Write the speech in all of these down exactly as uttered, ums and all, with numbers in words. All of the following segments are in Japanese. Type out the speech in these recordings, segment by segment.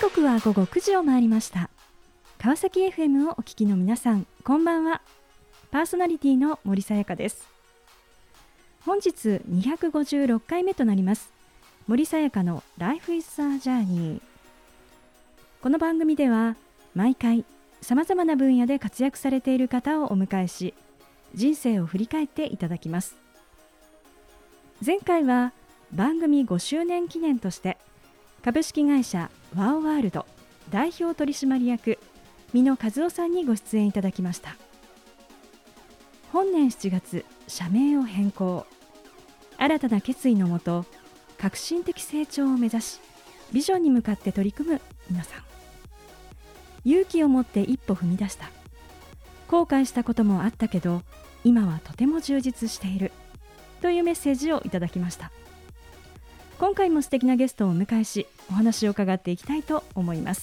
刻は午後くじを回りました。川崎 エフエム をお聞きの皆さん、こんばんは。パーソナリティの森さやかです。本日にひゃくごじゅうろっかいめとなります森さやかの Life is a Journey。 この番組では毎回さまざまな分野で活躍されている方をお迎えし、人生を振り返っていただきます。前回は番組ごしゅうねん記念として株式会社ワオワールド代表取締役美濃和夫さんにご出演いただきました。本年しちがつ社名を変更、新たな決意のもと革新的成長を目指しビジョンに向かって取り組む皆さん、勇気を持って一歩踏み出した、後悔したこともあったけど今はとても充実しているというメッセージをいただきました。今回も素敵なゲストをお迎えし、お話を伺っていきたいと思います。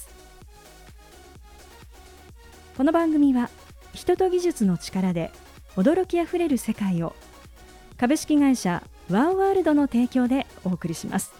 この番組は人と技術の力で驚きあふれる世界を、株式会社ワオワールドの提供でお送りします。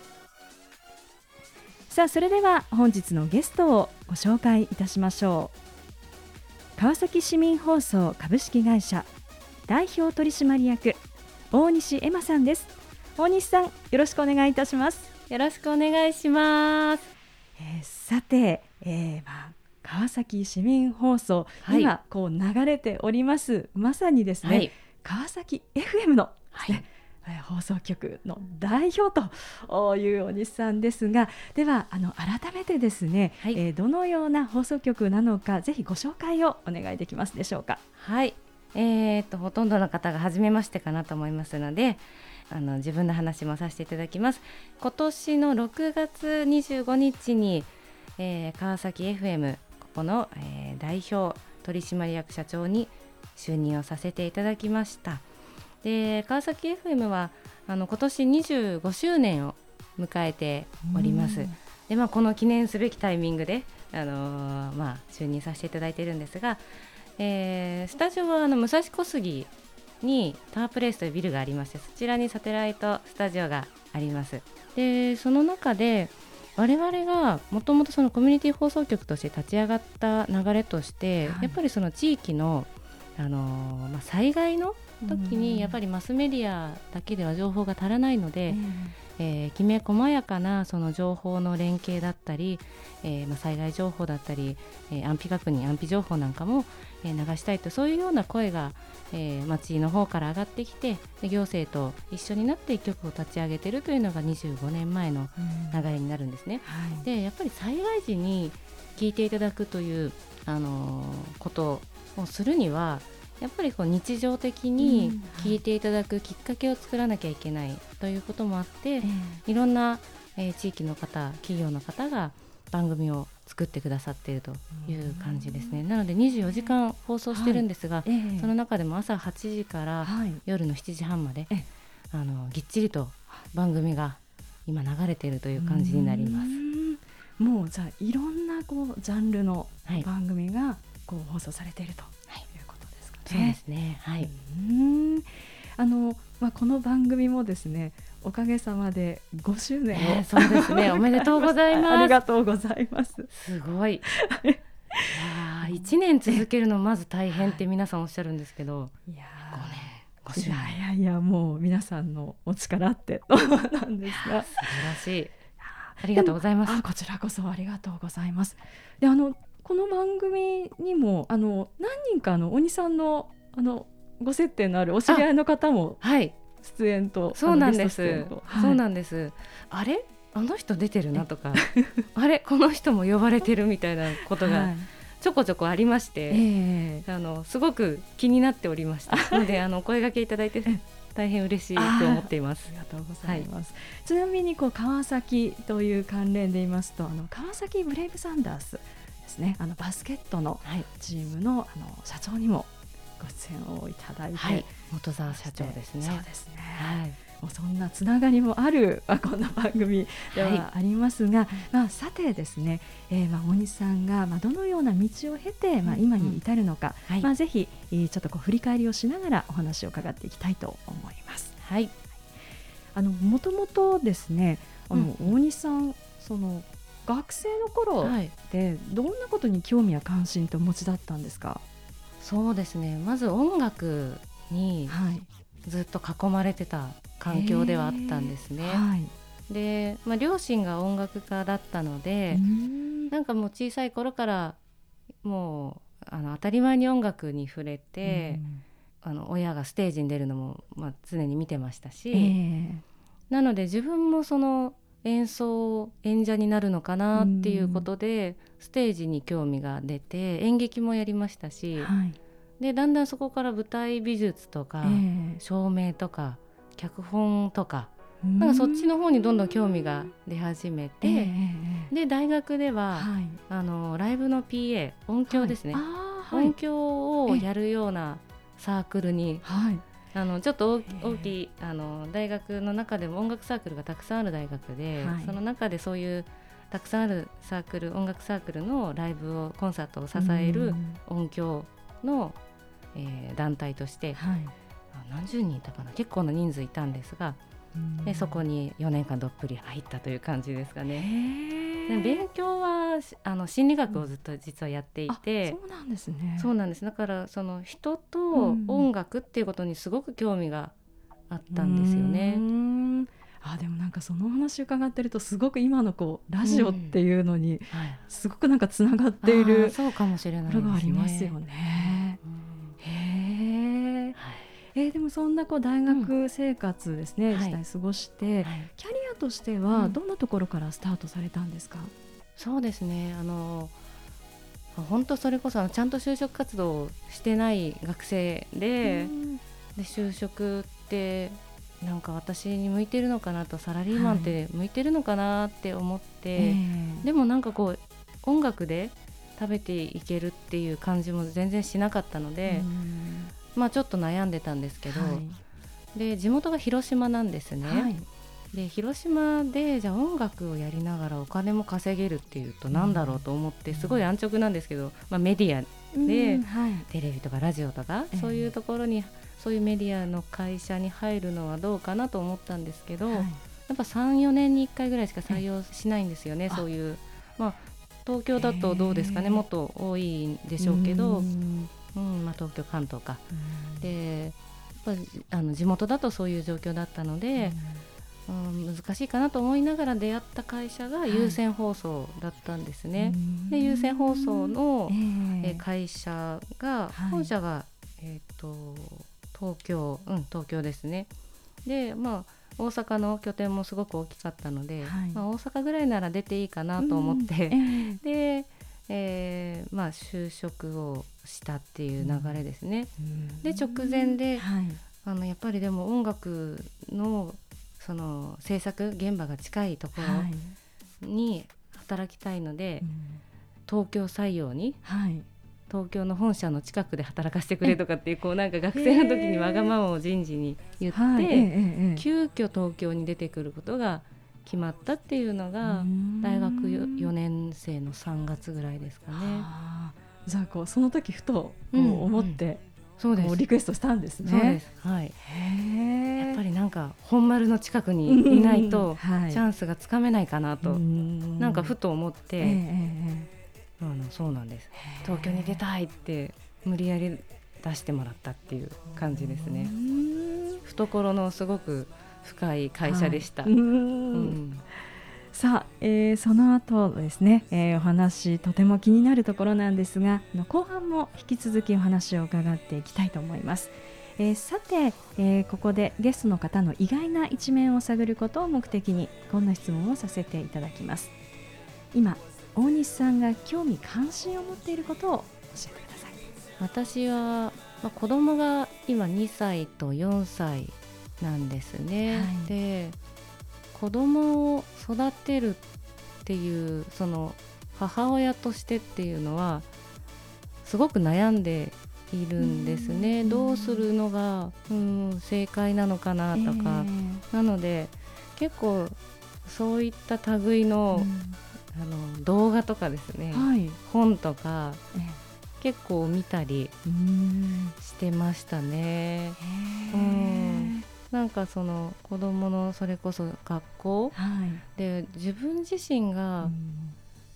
さあ、それでは本日のゲストをご紹介いたしましょう。川崎市民放送株式会社代表取締役大西恵麻さんです。大西さん、よろしくお願いいたします。 よろしくお願いします。 えー、さて、えーまあ、川崎市民放送、はい、今こう流れておりますまさにですね、はい、川崎 エフエム のですね、はい、放送局の代表という大西さんですが、ではあの改めてですね、はい、えー、どのような放送局なのかぜひご紹介をお願いできますでしょうか。 はい、えー、とほとんどの方が初めましてかなと思いますので、あの自分の話もさせていただきます。今年のろくがつにじゅうごにちに、えー、川崎 エフエム ここの、えー、代表取締役社長に就任をさせていただきました。で、川崎 エフエム はあの今年にじゅうごしゅうねんを迎えております。で、まあ、この記念すべきタイミングで、あのーまあ、就任させていただいているんですが、えー、スタジオはあの武蔵小杉にタワープレイスというビルがありまして、そちらにサテライトスタジオがあります。で、その中で我々がもともとそのコミュニティ放送局として立ち上がった流れとして、はい、やっぱりその地域の、あのーまあ、災害の時にやっぱりマスメディアだけでは情報が足らないので、うんえー、きめ細やかなその情報の連携だったり、えーまあ、災害情報だったり、えー、安否確認安否情報なんかも、えー、流したいと、そういうような声が、えー、町の方から上がってきて、行政と一緒になって局を立ち上げているというのがにじゅうごねんまえの流れになるんですね、うんはい、でやっぱり災害時に聞いていただくという、あのー、ことをするにはやっぱりこう日常的に聞いていただくきっかけを作らなきゃいけないということもあって、うん、いろんな、えー、地域の方、企業の方が番組を作ってくださっているという感じですね。なのでにじゅうよじかん放送してるんですが、はいえー、その中でも朝はちじから夜のしちじはんまで、はい、あのぎっちりと番組が今流れているという感じになります。 うもうじゃあいろんなこうジャンルの番組がこう放送されていると、はいそうですね、はい、 うんあのまあ、この番組もですね、おかげさまでごしゅうねんを、 えー、そうですね、おめでとうございます。 ありがとうございます。 すごいいやいちねん続けるのまず大変って皆さんおっしゃるんですけど、いやごねんごしゅうねん、 いやいやもう皆さんのお力あってなんですが、 素晴らしい、ありがとうございます。 あこちらこそありがとうございます。であのこの番組にもあの何人かの大西さんの、あのご接点のあるお知り合いの方も出演と、はい、 そうなんです、はい、そうなんです。あれあの人出てるなとかあれこの人も呼ばれてるみたいなことがちょこちょこありまして、はいえー、あのすごく気になっておりましたのであのお声掛けいただいて大変嬉しいと思っています。 ありがとうございます、はい、ちなみにこう川崎という関連で言いますと、あの川崎ブレイブサンダースですね、あのバスケットのチーム の,、はい、あの社長にもご出演をいただいて、はい、 本沢社長ですね。 そうですね、はい、もうそんなつながりもある、まあ、こんな番組ではありますが、はいまあ、さてですね、えーまあ、大西さんが、まあ、どのような道を経て、まあ、今に至るのか、うんはいまあ、ぜひ、えー、ちょっとこう振り返りをしながらお話を伺っていきたいと思います。 はい、 あのもともとですね、あの、うん、大西さんその学生の頃ってどんなことに興味や関心とお持ちだったんですか？ そうですね、まず音楽にずっと囲まれてた環境ではあったんですね、はい、で、まあ、両親が音楽家だったので、んなんかもう小さい頃からもうあの当たり前に音楽に触れて、あの親がステージに出るのも、まあ、常に見てましたし、えー、なので自分もその演奏演者になるのかなっていうことでステージに興味が出て演劇もやりましたし、はい、でだんだんそこから舞台美術とか、えー、照明とか脚本とかなんかそっちの方にどんどん興味が出始めて、えー、で大学では、はい、あのライブの ピーエー 音響ですね、はい、音響をやるようなサークルに、はい、あのちょっと 大, 大きいあの大学の中でも音楽サークルがたくさんある大学で、はい、その中でそういうたくさんあるサークル音楽サークルのライブをコンサートを支える音響の、えー、団体として、はい、何十人いたかな結構な人数いたんですが、でそこによねんかんどっぷり入ったという感じですかね。で勉強はあの心理学をずっと実はやっていて、 うん、そうなんですね。 そうなんです。だからその人と音楽っていうことにすごく興味があったんですよね。 うん、あでもなんかその話伺ってるとすごく今のこうラジオっていうのにすごくなんかつながっている、 うんはい、そうかもしれないですね。 ところがありますよね。うん、へー、はいえー、でもそんなこう大学生活ですね、うん、時代過ごして、はい、キャリアとしてはどんなところからスタートされたんですか？ うん、そうですね、あの本当それこそちゃんと就職活動をしてない学生 で,、うん、で就職ってなんか私に向いてるのかなとサラリーマンって向いてるのかなって思って、はいえー、でもなんかこう音楽で食べていけるっていう感じも全然しなかったので、うんまあ、ちょっと悩んでたんですけど、はい、で地元が広島なんですね、はい、で広島でじゃあ音楽をやりながらお金も稼げるっていうとなんだろうと思って、うん、すごい安直なんですけど、まあ、メディアで、うんはい、テレビとかラジオとか、えー、そういうところにそういうメディアの会社に入るのはどうかなと思ったんですけど、はい、やっぱ さん,よ 年にいっかいぐらいしか採用しないんですよね、そういう、まあ、東京だとどうですかね、もっと多いんでしょうけど、うんうんまあ、東京関東か、うん、でやっぱあの地元だとそういう状況だったので、うんうん、難しいかなと思いながら出会った会社が有線放送だったんですね、はい、で有線放送の、えー、会社が、はい、本社が、えー、と東京、うん、東京ですね。で、まあ、大阪の拠点もすごく大きかったので、はいまあ、大阪ぐらいなら出ていいかなと思って、うんえー、でえーまあ、就職をしたっていう流れですね、うん、で直前で、はい、あのやっぱりでも音楽 の, その制作現場が近いところに働きたいので、はい、東京採用に、はい、東京の本社の近くで働かせてくれとかっていう、こうなんか学生の時にわがままを人事に言って、はい、急遽東京に出てくることが決まったっていうのが大学 よ, よねん生のさんがつぐらいですかね。 はあ、じゃあこうその時ふとこう思って、うんうん、そうですリクエストしたんですね。 そうです、はい、へやっぱりなんか本丸の近くにいないとチャンスがつかめないかなと、なんかふと思って、えー、あのそうなんです、東京に出たいって無理やり出してもらったっていう感じですね。懐のすごく深い会社でした、はい、うんうんさあ、えー、その後ですね、えー、お話とても気になるところなんですが、後半も引き続きお話を伺っていきたいと思います。えー、さて、えー、ここでゲストの方の意外な一面を探ることを目的にこんな質問をさせていただきます。今大西さんが興味関心を持っていることを教えてください。 私は、まあ、子供が今にさいとよんさいなんですね、はい、で子供を育てるっていうその母親としてっていうのはすごく悩んでいるんですね。どうするのが、うん、正解なのかなとか、えー、なので結構そういった類の、あの動画とかですね、はい、本とか、えー、結構見たりしてましたね。えーうんなんかその子どものそれこそ学校、はい、で自分自身が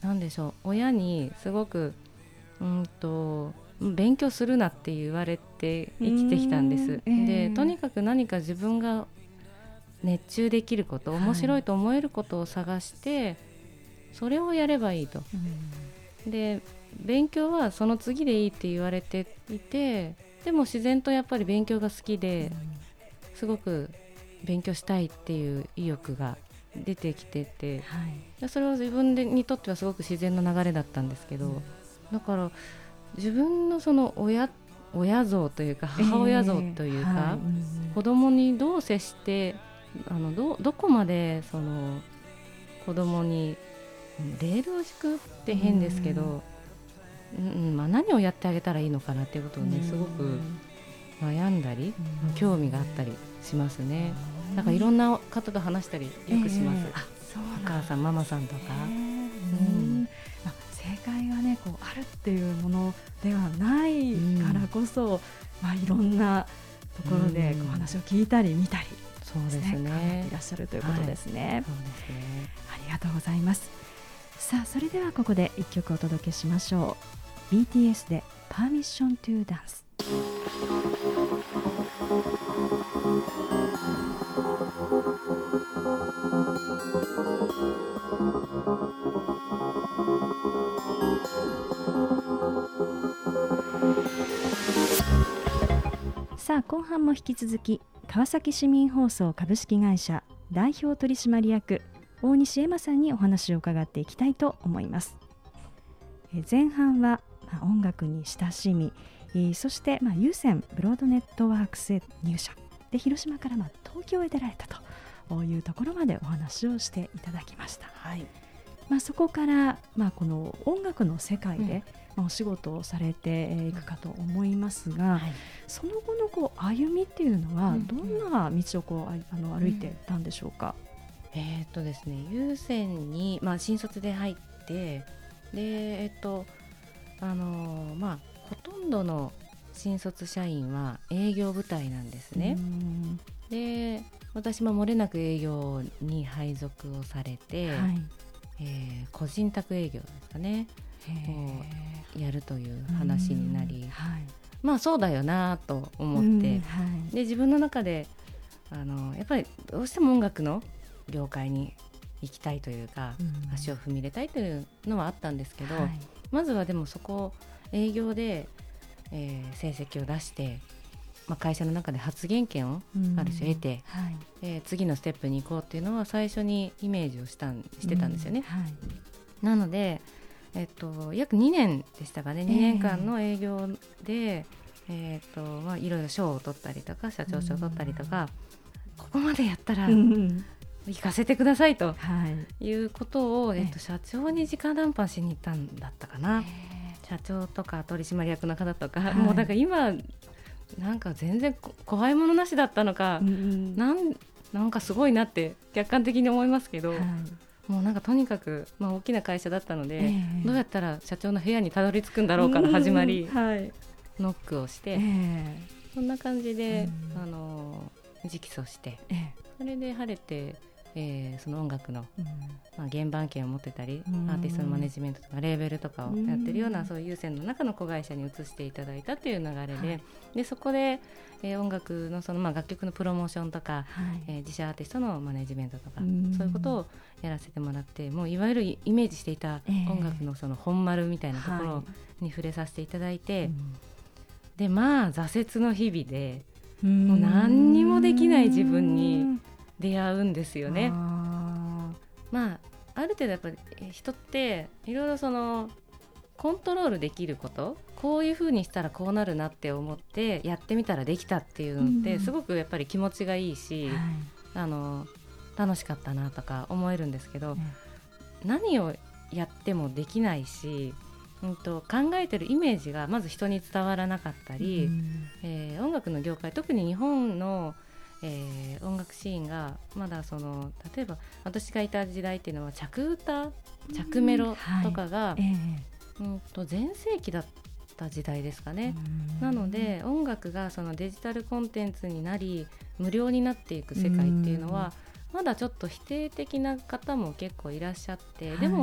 なんでしょう、親にすごくうんと勉強するなって言われて生きてきたんです、えー、でとにかく何か自分が熱中できること、面白いと思えることを探して、はい、それをやればいいと、で勉強はその次でいいって言われていて、でも自然とやっぱり勉強が好きで、すごく勉強したいっていう意欲が出てきてて、はい、それは自分でにとってはすごく自然な流れだったんですけど、うん、だから自分のその 親, 親像というか母親像というか、えーはい、子供にどう接してあの ど, どこまでその子供にレールを敷くって変ですけど、うんうんまあ、何をやってあげたらいいのかなっていうことをね、すごく悩んだり興味があったりしますね。なんかいろんな方と話したりよくします、えー、あそうお母さんママさんとか、えーうんまあ、正解がねこうあるっていうものではないからこそ、うんまあ、いろんなところでこう話を聞いたり見たり、 そうですね、 考えていらっしゃるということですね、はい、そうですね。ありがとうございます。さあそれではここでいっきょくお届けしましょう。 ビーティーエス で Permission to Dance。さあ後半も引き続き川崎市民放送株式会社代表取締役大西恵馬さんにお話を伺っていきたいと思います。え前半は、まあ、音楽に親しみ、えー、そして、まあ、有線ブロードネットワークスへ入社で広島から、まあ、東京へ出られたというところまでお話をしていただきました、はいまあ、そこから、まあ、この音楽の世界で、うんまあ、お仕事をされていくかと思いますが、はい、その後のこう歩みっていうのはどんな道をこうあの歩いてたんでしょうか。 うん、えーっとですね、有線に、まあ、新卒で入ってで、えっとあのーまあ、ほとんどの新卒社員は営業部隊なんですね。で私も漏れなく営業に配属をされて、はいえー、個人宅営業ですかねをやるという話になり、はい、まあそうだよなと思って、はい、で自分の中であのやっぱりどうしても音楽の業界に行きたいというか、うん、足を踏み入れたいというのはあったんですけど、はい、まずはでもそこ営業で、えー、成績を出して、まあ、会社の中で発言権をある種得て、うんはいえー、次のステップに行こうっていうのは最初にイメージをしたんしてたんですよね、うんはい、なので、えっと、約にねんでしたかね、にねんかんの営業で、えーっとまあ、いろいろ賞を取ったりとか社長賞を取ったりとか、うん、ここまでやったら、うん行かせてくださいということを、はいえっと、社長に直談判しに行ったんだったかな。社長とか取締役の方とか、はい、もうだから今なんか全然怖いものなしだったのか、うん、なん、なんかすごいなって客観的に思いますけど、はい、もうなんかとにかく、まあ、大きな会社だったので、えー、どうやったら社長の部屋にたどり着くんだろうから始まり、うんはい、ノックをして、えー、そんな感じで、うん、あの直訴して、えー、それで晴れてえー、その音楽の、うんまあ、原版権を持ってたり、うん、アーティストのマネジメントとかレーベルとかをやってるような、うん、そういう有線の中の子会社に移していただいたという流れで、はい、でそこで、えー、音楽の、その、まあ、楽曲のプロモーションとか、はいえー、自社アーティストのマネジメントとか、うん、そういうことをやらせてもらって、もういわゆるイメージしていた音楽のその本丸みたいなところに触れさせていただいて、はい、でまあ挫折の日々でもう何にもできない自分に出会うんですよね。あ, まあ、ある程度やっぱり人っていろいろそのコントロールできること、こういう風にしたらこうなるなって思ってやってみたらできたっていうのってすごくやっぱり気持ちがいいし、はい、あの楽しかったなとか思えるんですけど、うん、何をやってもできないし、うんと考えてるイメージがまず人に伝わらなかったり、うんえー、音楽の業界、特に日本のえー、音楽シーンがまだその例えば私がいた時代っていうのは着歌着メロとかが、うんはいえー、うんと全盛期だった時代ですかね。なので音楽がそのデジタルコンテンツになり無料になっていく世界っていうのはまだちょっと否定的な方も結構いらっしゃって、はい、でも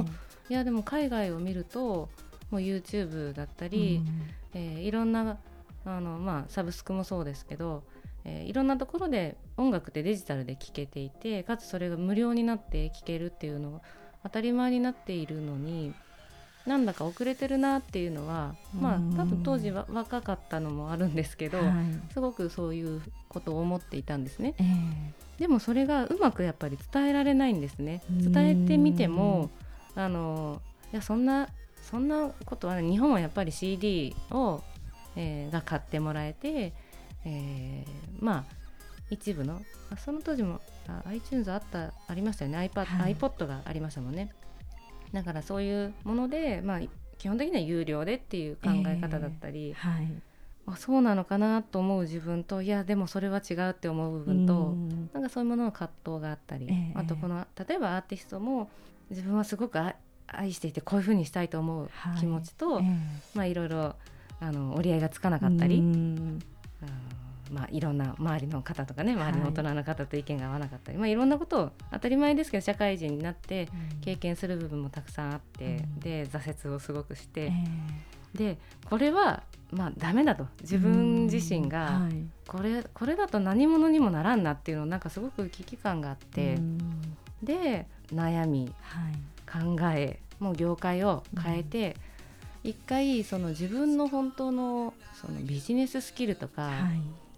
いやでも海外を見るともう YouTube だったり、うん、えー、いろんなあの、まあ、サブスクもそうですけど、えー、いろんなところで音楽ってデジタルで聴けていて、かつそれが無料になって聴けるっていうのが当たり前になっているのに、なんだか遅れてるなっていうのは、まあ多分当時は若かったのもあるんですけど、はい、すごくそういうことを思っていたんですね、えー、でもそれがうまくやっぱり伝えられないんですね。伝えてみてもあのいやそんなそんなことは日本はやっぱり シーディー を、えー、が買ってもらえて、えー、まあ一部のその当時も iTunes あったありましたよね、 iPad、はい、iPod がありましたもんね。だからそういうもので、まあ、基本的には有料でっていう考え方だったり、えーはい、あそうなのかなと思う自分と、いやでもそれは違うって思う部分と、なんかそういうものの葛藤があったり、えー、あとこの例えばアーティストも自分はすごく愛していてこういう風にしたいと思う気持ちと、はい、えーまあ、いろいろあの折り合いがつかなかったり、うんまあ、いろんな周りの方とかね、周りの大人の方と意見が合わなかったり、はい、まあ、いろんなことを当たり前ですけど社会人になって経験する部分もたくさんあって、うん、で挫折をすごくして、えー、でこれはまあダメだと、自分自身がこれ、これだと何者にもならんなっていうのをなんかすごく危機感があって、うん、で悩み、はい、考えもう業界を変えて、うん、一回その自分の本当のそのビジネススキルとか、はい、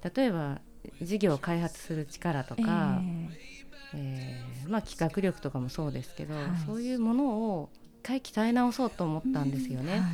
例えば事業を開発する力とか、えーえーまあ、企画力とかもそうですけど、はい、そういうものを一回鍛え直そうと思ったんですよね、うんはい、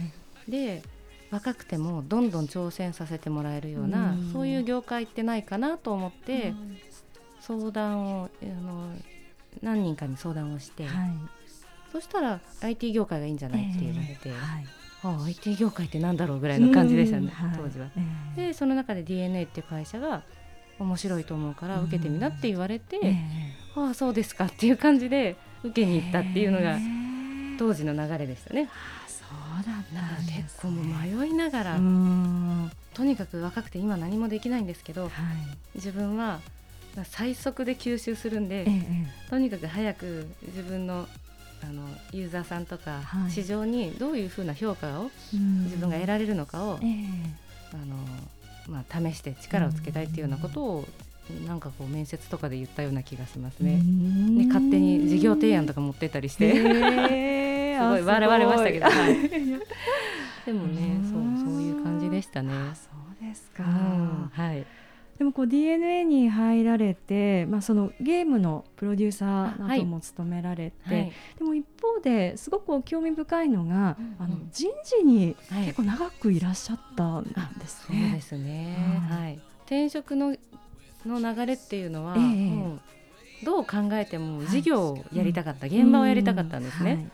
で若くてもどんどん挑戦させてもらえるような、うん、そういう業界ってないかなと思って、うん、相談をあの何人かに相談をして、はい、そしたら アイティー 業界がいいんじゃないって言われて、えーはいああ アイティー 業界ってなんだろうぐらいの感じでしたね、当時は、えー、でその中で ディーエヌエー っていう会社が面白いと思うから受けてみなって言われて、えー、ああそうですかっていう感じで受けに行ったっていうのが当時の流れでしたね、えー、あそうだったんですね。結構もう迷いながら、とにかく若くて今何もできないんですけど、はい、自分は最速で吸収するんで、えー、とにかく早く自分のあのユーザーさんとか市場にどういうふうな評価を自分が得られるのかを、えーあのまあ、試して力をつけたいっていうようなことをなんかこう面接とかで言ったような気がしますね。で勝手に事業提案とか持ってったりして、えー、すごい笑われましたけど、はい、でもねそう、そういう感じでしたね。あそうですか、うんはいでもこう ディーエヌエー に入られて、まあ、そのゲームのプロデューサーなども務められて、はい、でも一方ですごく興味深いのが、うんうん、あの人事に結構長くいらっしゃったんですね、 はい、そうですね、うんはい、転職の、の流れっていうのは、えー、もうどう考えても事業をやりたかった、はい、現場をやりたかったんですね、うんはい、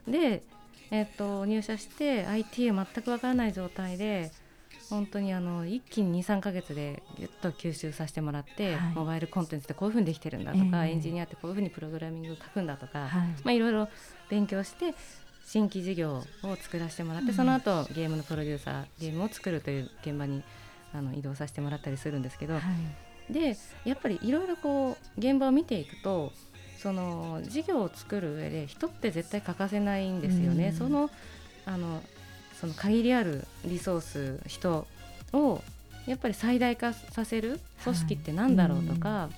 で、えー、と入社して アイティー を全くわからない状態で本当にあの一気に にさんかげつでぎゅっと吸収させてもらって、はい、モバイルコンテンツってこういう風にできてるんだとか、えー、エンジニアってこういう風にプログラミングを書くんだとか、はいまあ、いろいろ勉強して新規事業を作らせてもらって、うん、その後ゲームのプロデューサーゲームを作るという現場にあの移動させてもらったりするんですけど、はい、でやっぱりいろいろこう現場を見ていくとその事業を作る上で人って絶対欠かせないんですよね、うん、そのあのその限りあるリソース人をやっぱり最大化させる組織ってなんだろうとか、はい、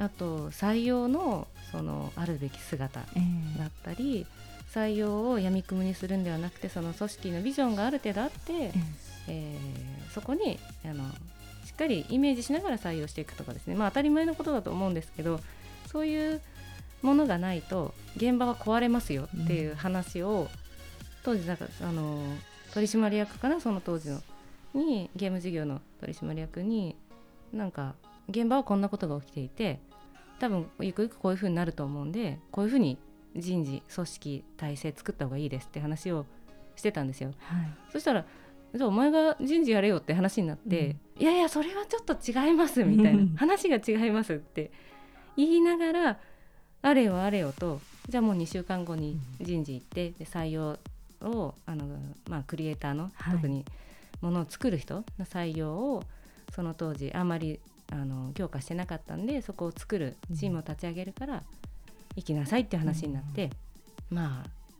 あと採用のそのあるべき姿だったり、えー、採用をやみくもにするんではなくてその組織のビジョンがある程度あって、えーえー、そこにあのしっかりイメージしながら採用していくとかですね、まあ、当たり前のことだと思うんですけどそういうものがないと現場は壊れますよっていう話を、うん、当時なんかあの取締役かなその当時のにゲーム事業の取締役になんか現場はこんなことが起きていて多分ゆくゆくこういう風になると思うんでこういう風に人事組織体制作った方がいいですって話をしてたんですよ、はい、そしたらじゃあお前が人事やれよって話になって、うん、いやいやそれはちょっと違いますみたいな話が違いますって言いながらあれよあれよとじゃあもうにしゅうかんごに人事行ってで採用をあの、まあ、クリエイターの、はい、特にものを作る人の採用をその当時あまりあの強化してなかったんでそこを作るチームを立ち上げるから行きなさいって話になって、うん、まあ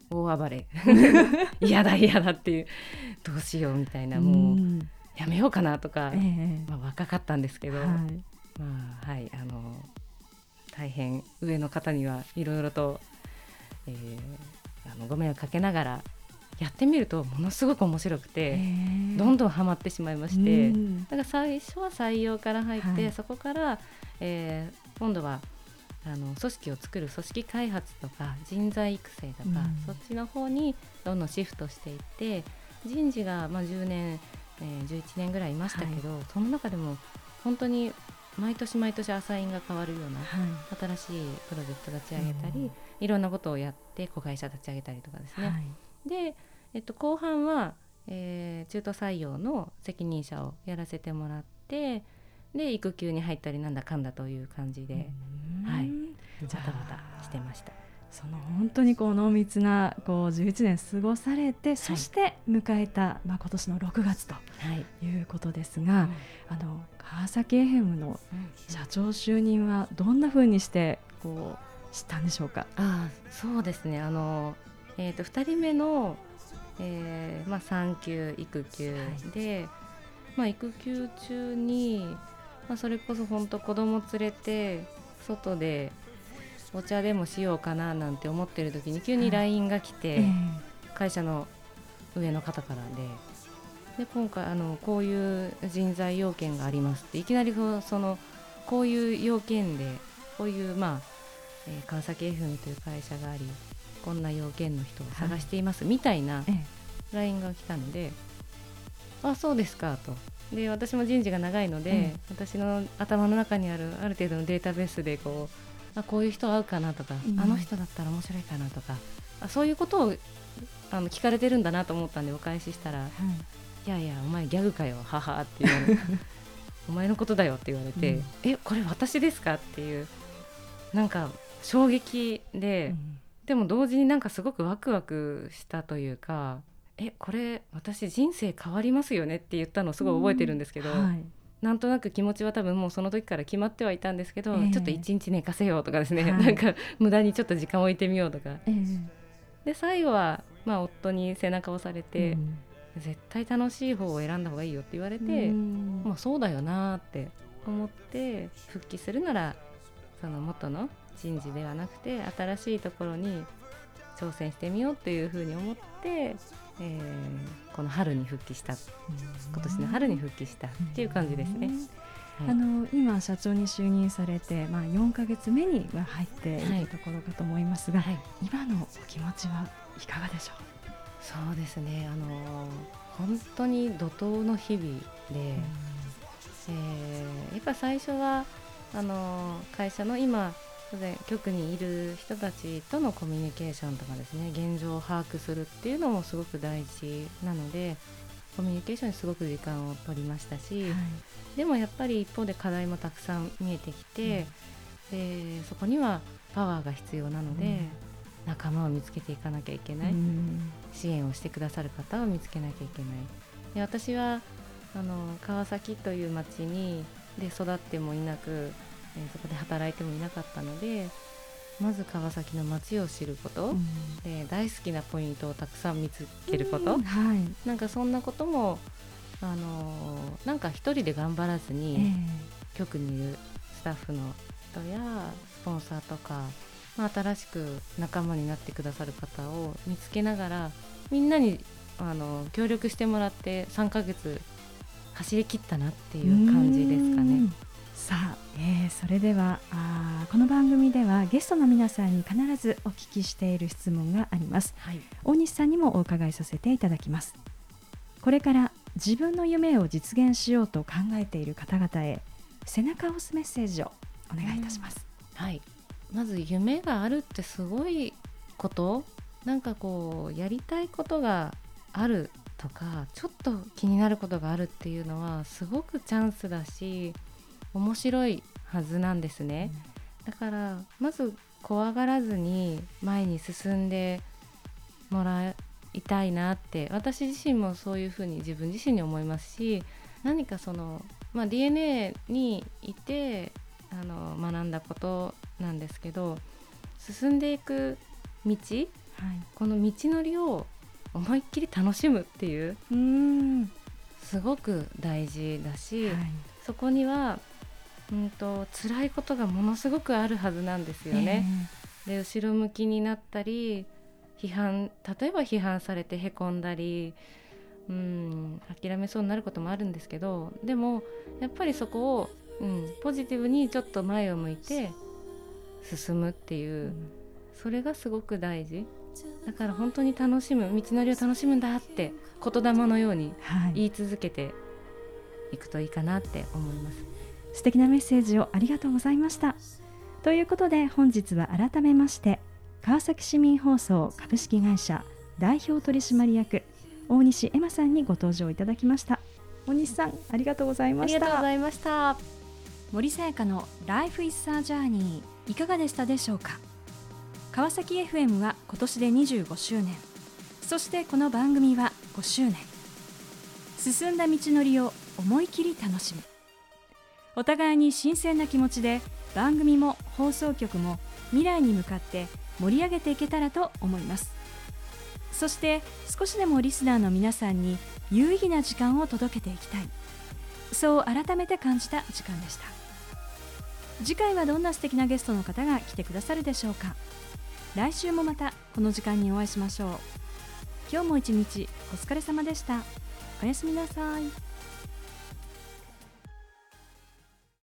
大暴れ嫌だ嫌だっていう、どうしようみたいな、もうやめようかなとか、えーまあ、若かったんですけど、はい、まあはい、あの大変上の方にはいろいろと、えー、あのご迷惑かけながらやってみるとものすごく面白くて、どんどんハマってしまいまして、だから最初は採用から入って、はい、そこから、えー、今度はあの組織を作る組織開発とか人材育成とか、うん、そっちの方にどんどんシフトしていって、人事がまあじゅうねん、えー、じゅういちねんぐらいいましたけど、はい、その中でも本当に毎年毎年アサインが変わるような、はい、新しいプロジェクト立ち上げたり、うん、いろんなことをやって子会社立ち上げたりとかですね、はい、で、えっと、後半は、えー、中途採用の責任者をやらせてもらって、で育休に入ったりなんだかんだという感じで、はい、バタバタしてました。 その本当にこう濃密なこうじゅういちねん過ごされて、そして迎えた、まあ、今年のろくがつということですが、はい、あの川崎 エフエム の社長就任はどんな風にしてこう知ったんでしょうか。 あそうですね、あの、えー、とふたりめの、えーまあ、産休育休で、はい、まあ、育休中に、まあ、それこそ本当子供連れて外でお茶でもしようかななんて思ってる時に急に ライン が来て、はい、えー、会社の上の方からで、で今回あのこういう人材要件がありますっていきなりそのこういう要件でこういう、まあえー、川崎 エフエム という会社があり、こんな要件の人を探しています、はい、みたいな ライン が来たので、あそうですかと。で私も人事が長いので、えー、私の頭の中にあるある程度のデータベースでこうあこういう人合うかなとか、うん、あの人だったら面白いかなとか、あそういうことをあの聞かれてるんだなと思ったんでお返ししたら、はい、いやいやお前ギャグかよははって言われてお前のことだよって言われて、うん、えこれ私ですかっていうなんか衝撃で、うん、でも同時になんかすごくワクワクしたというか、えこれ私人生変わりますよねって言ったのをすごい覚えてるんですけど、うんはい、なんとなく気持ちは多分もうその時から決まってはいたんですけど、えー、ちょっと一日寝かせようとかですね、はい、なんか無駄にちょっと時間を置いてみようとか、えー、で最後は、まあ、夫に背中を押されて、うん、絶対楽しい方を選んだ方がいいよって言われて、うん、まあ、そうだよなって思って復帰するならその元の人事ではなくて新しいところに挑戦してみようっていうふうに思って、えー、この春に復帰した、今年の春に復帰したっていう感じですね、はい、 あの今社長に就任されて、まあ、よんかげつめには入っているところかと思いますが、はいはい、今のお気持ちはいかがでしょう。 そうですね、あの本当に怒涛の日々で、えー、やっぱ最初はあの会社の今局にいる人たちとのコミュニケーションとかですね、現状を把握するっていうのもすごく大事なので、コミュニケーションにすごく時間を取りましたし、はい、でもやっぱり一方で課題もたくさん見えてきて、うん、でそこにはパワーが必要なので、うん、仲間を見つけていかなきゃいけない、うん、支援をしてくださる方を見つけなきゃいけない。で私はあの川崎という町にで育ってもいなく、えー、そこで働いてもいなかったので、まず川崎の街を知ること、うん、で大好きなポイントをたくさん見つけること、うんはい、なんかそんなことも、あのー、なんか一人で頑張らずに、えー、局にいるスタッフの人やスポンサーとか、まあ、新しく仲間になってくださる方を見つけながら、みんなにあの協力してもらってさんかげつ走り切ったなっていう感じですかね。 さあ、えー、それではあこの番組ではゲストの皆さんに必ずお聞きしている質問があります、はい、大西さんにもお伺いさせていただきます。これから自分の夢を実現しようと考えている方々へ背中を押すメッセージをお願いいたします、 はい、まず夢があるってすごいこと、なんかこうやりたいことがあるとかちょっと気になることがあるっていうのはすごくチャンスだし面白いはずなんですね、うん、だからまず怖がらずに前に進んでもらいたいなって、私自身もそういうふうに自分自身に思いますし、何かその、まあ、ディーエヌエー にいてあの学んだことなんですけど、進んでいく道この道のりを思いっきり楽しむっていう、 うーん、 すごく大事だし、 はい、 そこにはうんと辛いことがものすごくあるはずなんですよね、えー、で後ろ向きになったり批判例えば批判されてへこんだり、うん諦めそうになることもあるんですけど、でもやっぱりそこを、うん、ポジティブにちょっと前を向いて進むっていう、うん、それがすごく大事だから、本当に楽しむ道のりを楽しむんだって言霊のように言い続けていくといいかなって思います、はい、 素敵なメッセージをありがとうございました。ということで本日は改めまして川崎市民放送株式会社代表取締役大西恵馬さんにご登場いただきました。大西さん、ありがとうございました。 ありがとうございました。 森さやかの Life is a Journey いかがでしたでしょうか。川崎 エフエム は今年でにじゅうごしゅうねん、そしてこの番組はごしゅうねん。進んだ道のりを思い切り楽しむ、お互いに新鮮な気持ちで番組も放送局も未来に向かって盛り上げていけたらと思います。そして少しでもリスナーの皆さんに有意義な時間を届けていきたい、そう改めて感じた時間でした。次回はどんな素敵なゲストの方が来てくださるでしょうか。来週もまたこの時間にお会いしましょう。今日も一日お疲れ様でした。おやすみなさい。